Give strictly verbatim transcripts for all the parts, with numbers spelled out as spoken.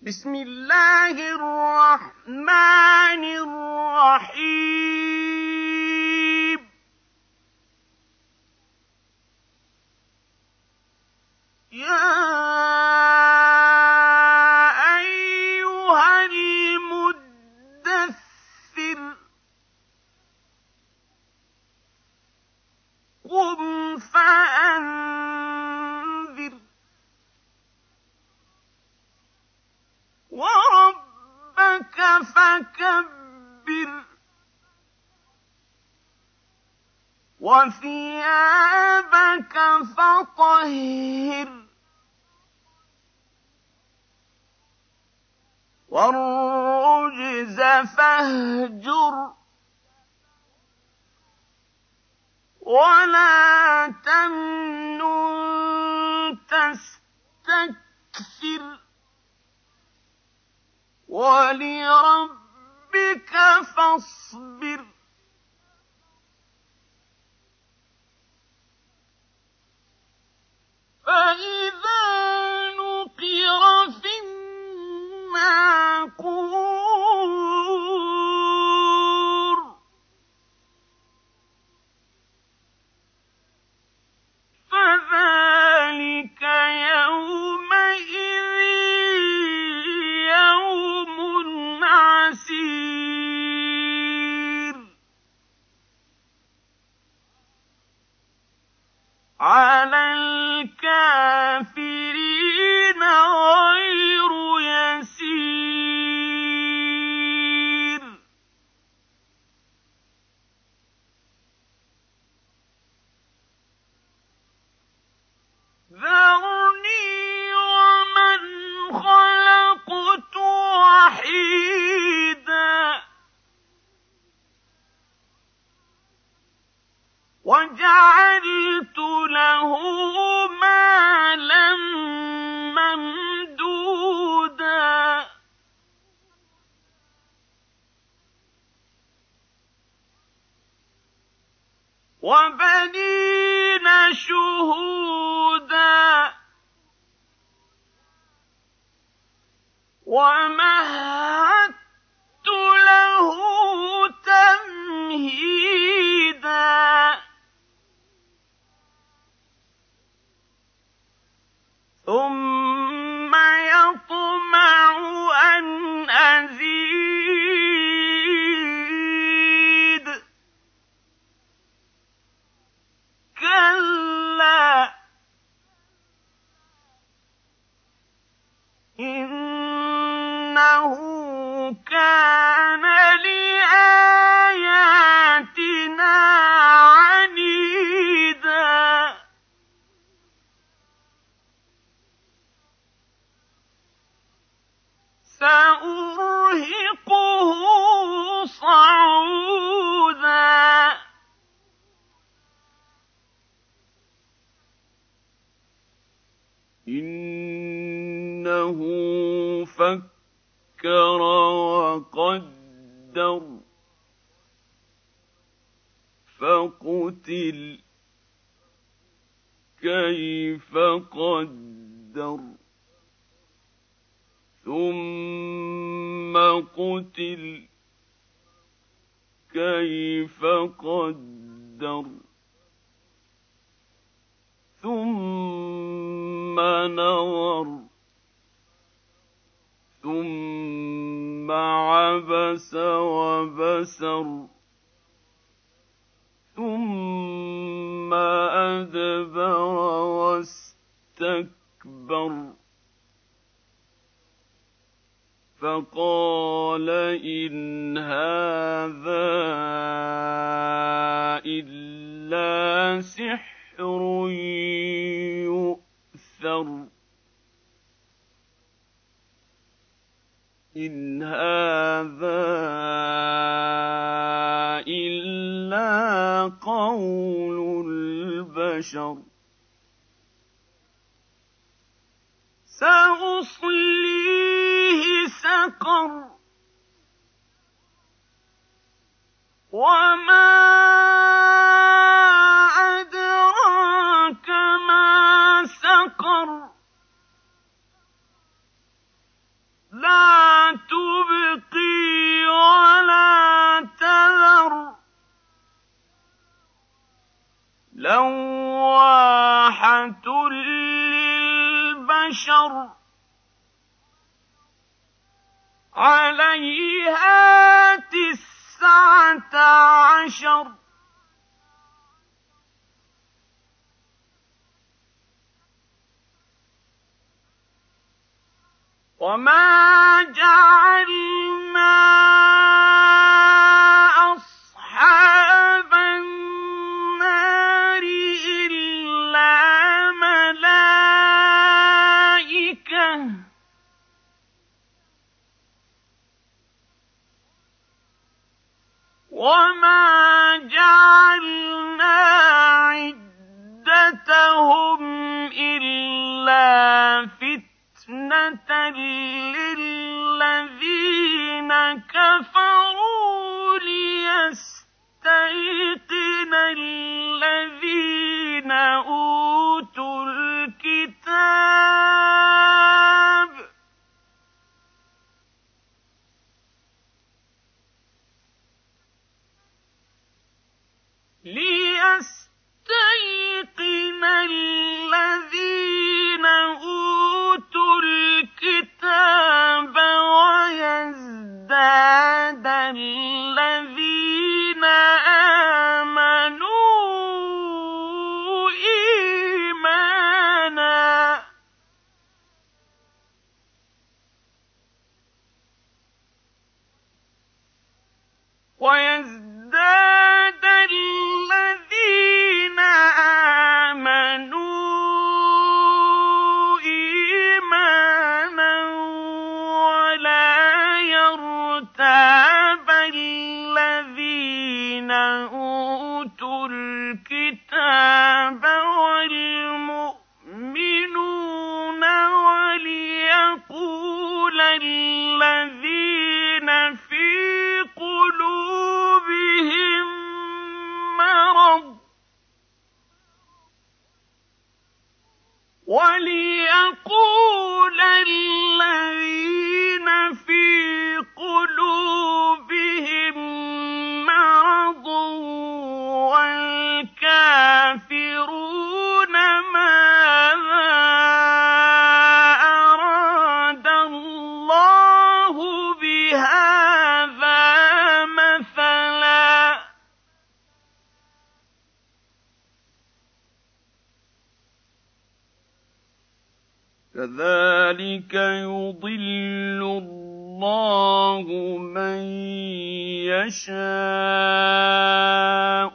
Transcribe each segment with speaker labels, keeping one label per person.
Speaker 1: بسم الله الرحمن الرحيم يا أيها المدثر قم فأنذر وربك فكبر وثيابك فطهر والرجز فاهجر ولا تمنن تستكثر ولربك فاصبر فإذا نقر في الناقور فذلك يومئذ يوم عسير على الكافرين غير يسير ذرني ومن خلقت وحيدا وجعلت له مالا ممدودا وبنين شهودا ومهدت له تمهيدا ثم يطمع أن أزيد كلا إنه كان لآياتنا عنيدا سأرهقه صعودا إنه فكر وقدر فقتل كيف قدر ثم قتل كيف قدر ثم نظر ثم عبس وبسر ثم أدبر واستكبر فقال إن هذا إلا سحر يؤثر إن هذا إلا قول البشر سأصليه سقر وما أدراك ما سقر عَلَيْهَا تِسْعَةَ عَشَرَ وَمَا جَعَلْنَا أَصْحَابَ النَّارِ إِلَّا مَلَائِكَةً ۙ وَمَا جَعَلْنَا عِدَّتَهُمْ إِلَّا فِتْنَةً لِّلَّذِينَ كَفَرُوا لِيَسْتَيْقِنَ الَّذِينَ أُوتُوا الْكِتَابَ لِيَسْتَيْقِنَ الَّذِينَ أُوتُوا الْكِتَابَ وَيَزْدَادَ الَّذِينَ آمَنُوا إِيمَانًا وَيَزْدَادَ الَّذِينَ آمَنُوا إِيمَانًا وَلَا يَرْتَابَ الَّذِينَ أُوتُوا الْكِتَابَ وَالْمُؤْمِنُونَ وَلِيَقُولَ الَّذِينَ فِي قُلُوبِهِم مَّرَضٌ وَلِيَقُولَ الَّذِينَ فِي قُلُوبِهِم مَّرَضٌ وَالْكَافِرُونَ مَاذَا أَرَادَ اللَّهُ بِهَٰذَا مَثَلًا ۚ كَذَٰلِكَ يُضِلُّ اللَّهُ مَن يَشَاءُ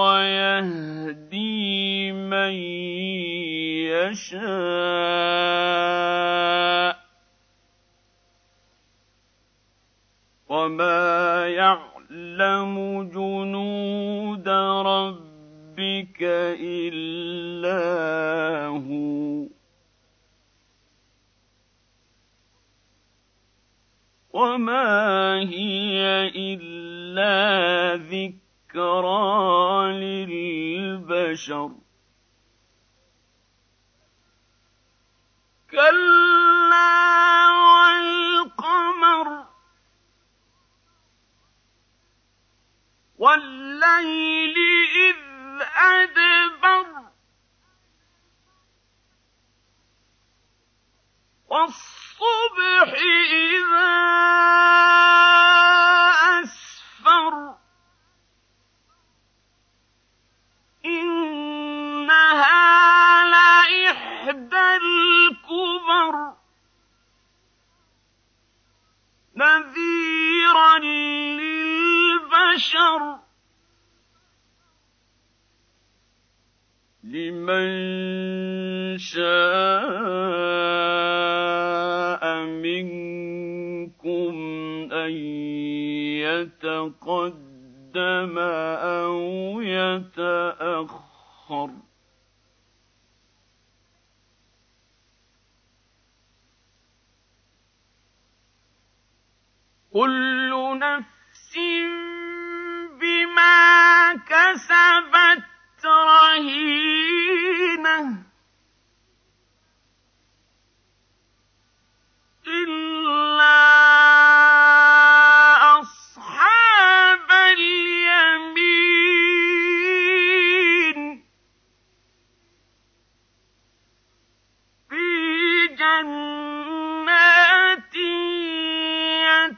Speaker 1: وَيَهْدِي مَن يَشَاءُ ۚ وَمَا يَعْلَمُ جُنُودَ رَبِّكَ إِلَّا هُوَ ۚ وَمَا هِيَ إِلَّا ذِكْرَىٰ لِلْبَشَرِ كَلَّا وَالْقَمَرِ وَاللَّيْلِ إِذْ أَدْبَرَ وَالصُّبْحِ إِذَا أَسْفَرَ إِنَّهَا لَإِحْدَى الْكُبَرِ نَذِيرًا لِّلْبَشَرِ لِمَن شَاءَ مِنكُمْ أَن يَتَقَدَّمَ أَوْ يَتَأَخَّرَ كُلُّ نَفْسٍ بِمَا كَسَبَتْ رَهِينَةٌ إِلَّا أَصْحَابَ الْيَمِينِ فِي جَنَّاتٍ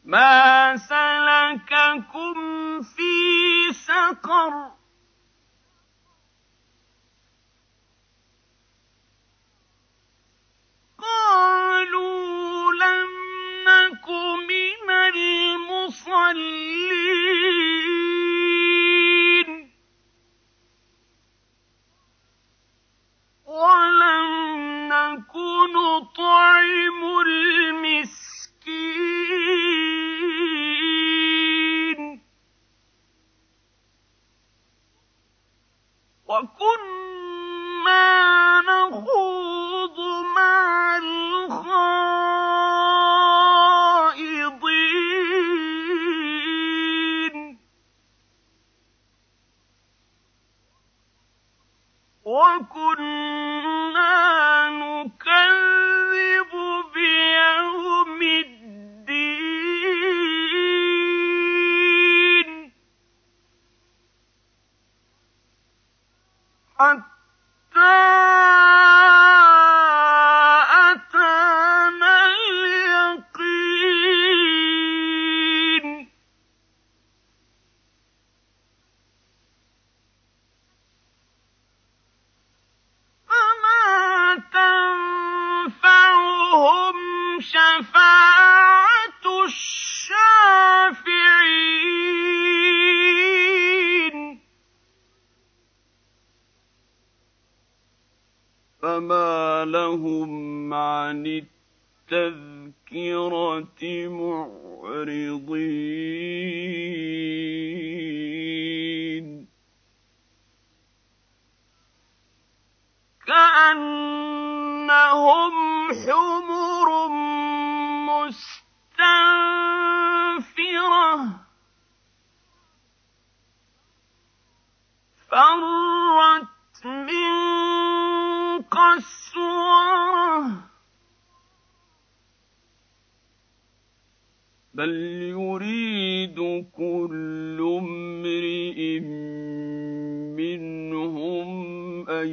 Speaker 1: مَا سَلَكَكُمْ فِي سَقَرَ قَالُوا لَمْ نَكُ مِنَ الْمُصَلِّينَ وَلَمْ نَكُ نُطْعِمُ الْمِسْكِينَ وَكُنَّا نَخُوضُ مَعَ الْخَائِضِينَ وَكُنَّا نُكَذِّبُ بِيَوْمِ الدِّينِ حَتَّىٰ أَتَانَا الْيَقِينُ فَمَا تَنفَعُهُمْ شَفَاعَةُ الشَّافِعِينَ فَمَا لَهُمْ عَنِ التَّذْكِرَةِ مُعْرِضِينَ كَأَنَّهُمْ حُمُرٌ مُّسْتَنفِرَةٌ فَرَّتْ مِن قَسْوَرَةٍ بَلْ يُرِيدُ كُلُّ امْرِئٍ مِّنْهُمْ أَن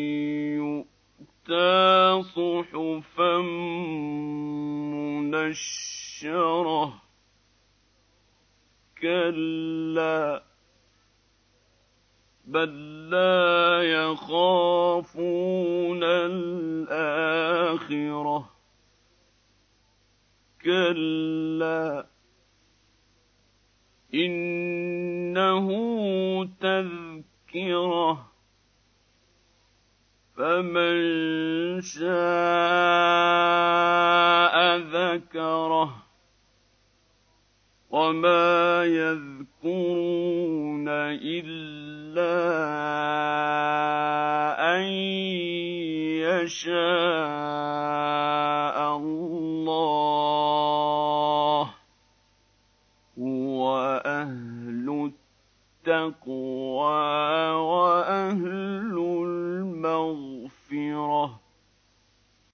Speaker 1: يُؤْتَىٰ صُحُفًا مُّنَشَّرَةً كَلَّا بَل لَّا يَخَافُونَ الْآخِرَةَ كَلَّا إِنَّهُ تَذْكِرَةٌ فَمَن شَاءَ ذَكَرَهُ وَمَا يَذْكُرُونَ إِلَّا أَن يَشَاءَ اللَّهُ هُوَ أَهْلُ التَّقْوَىٰ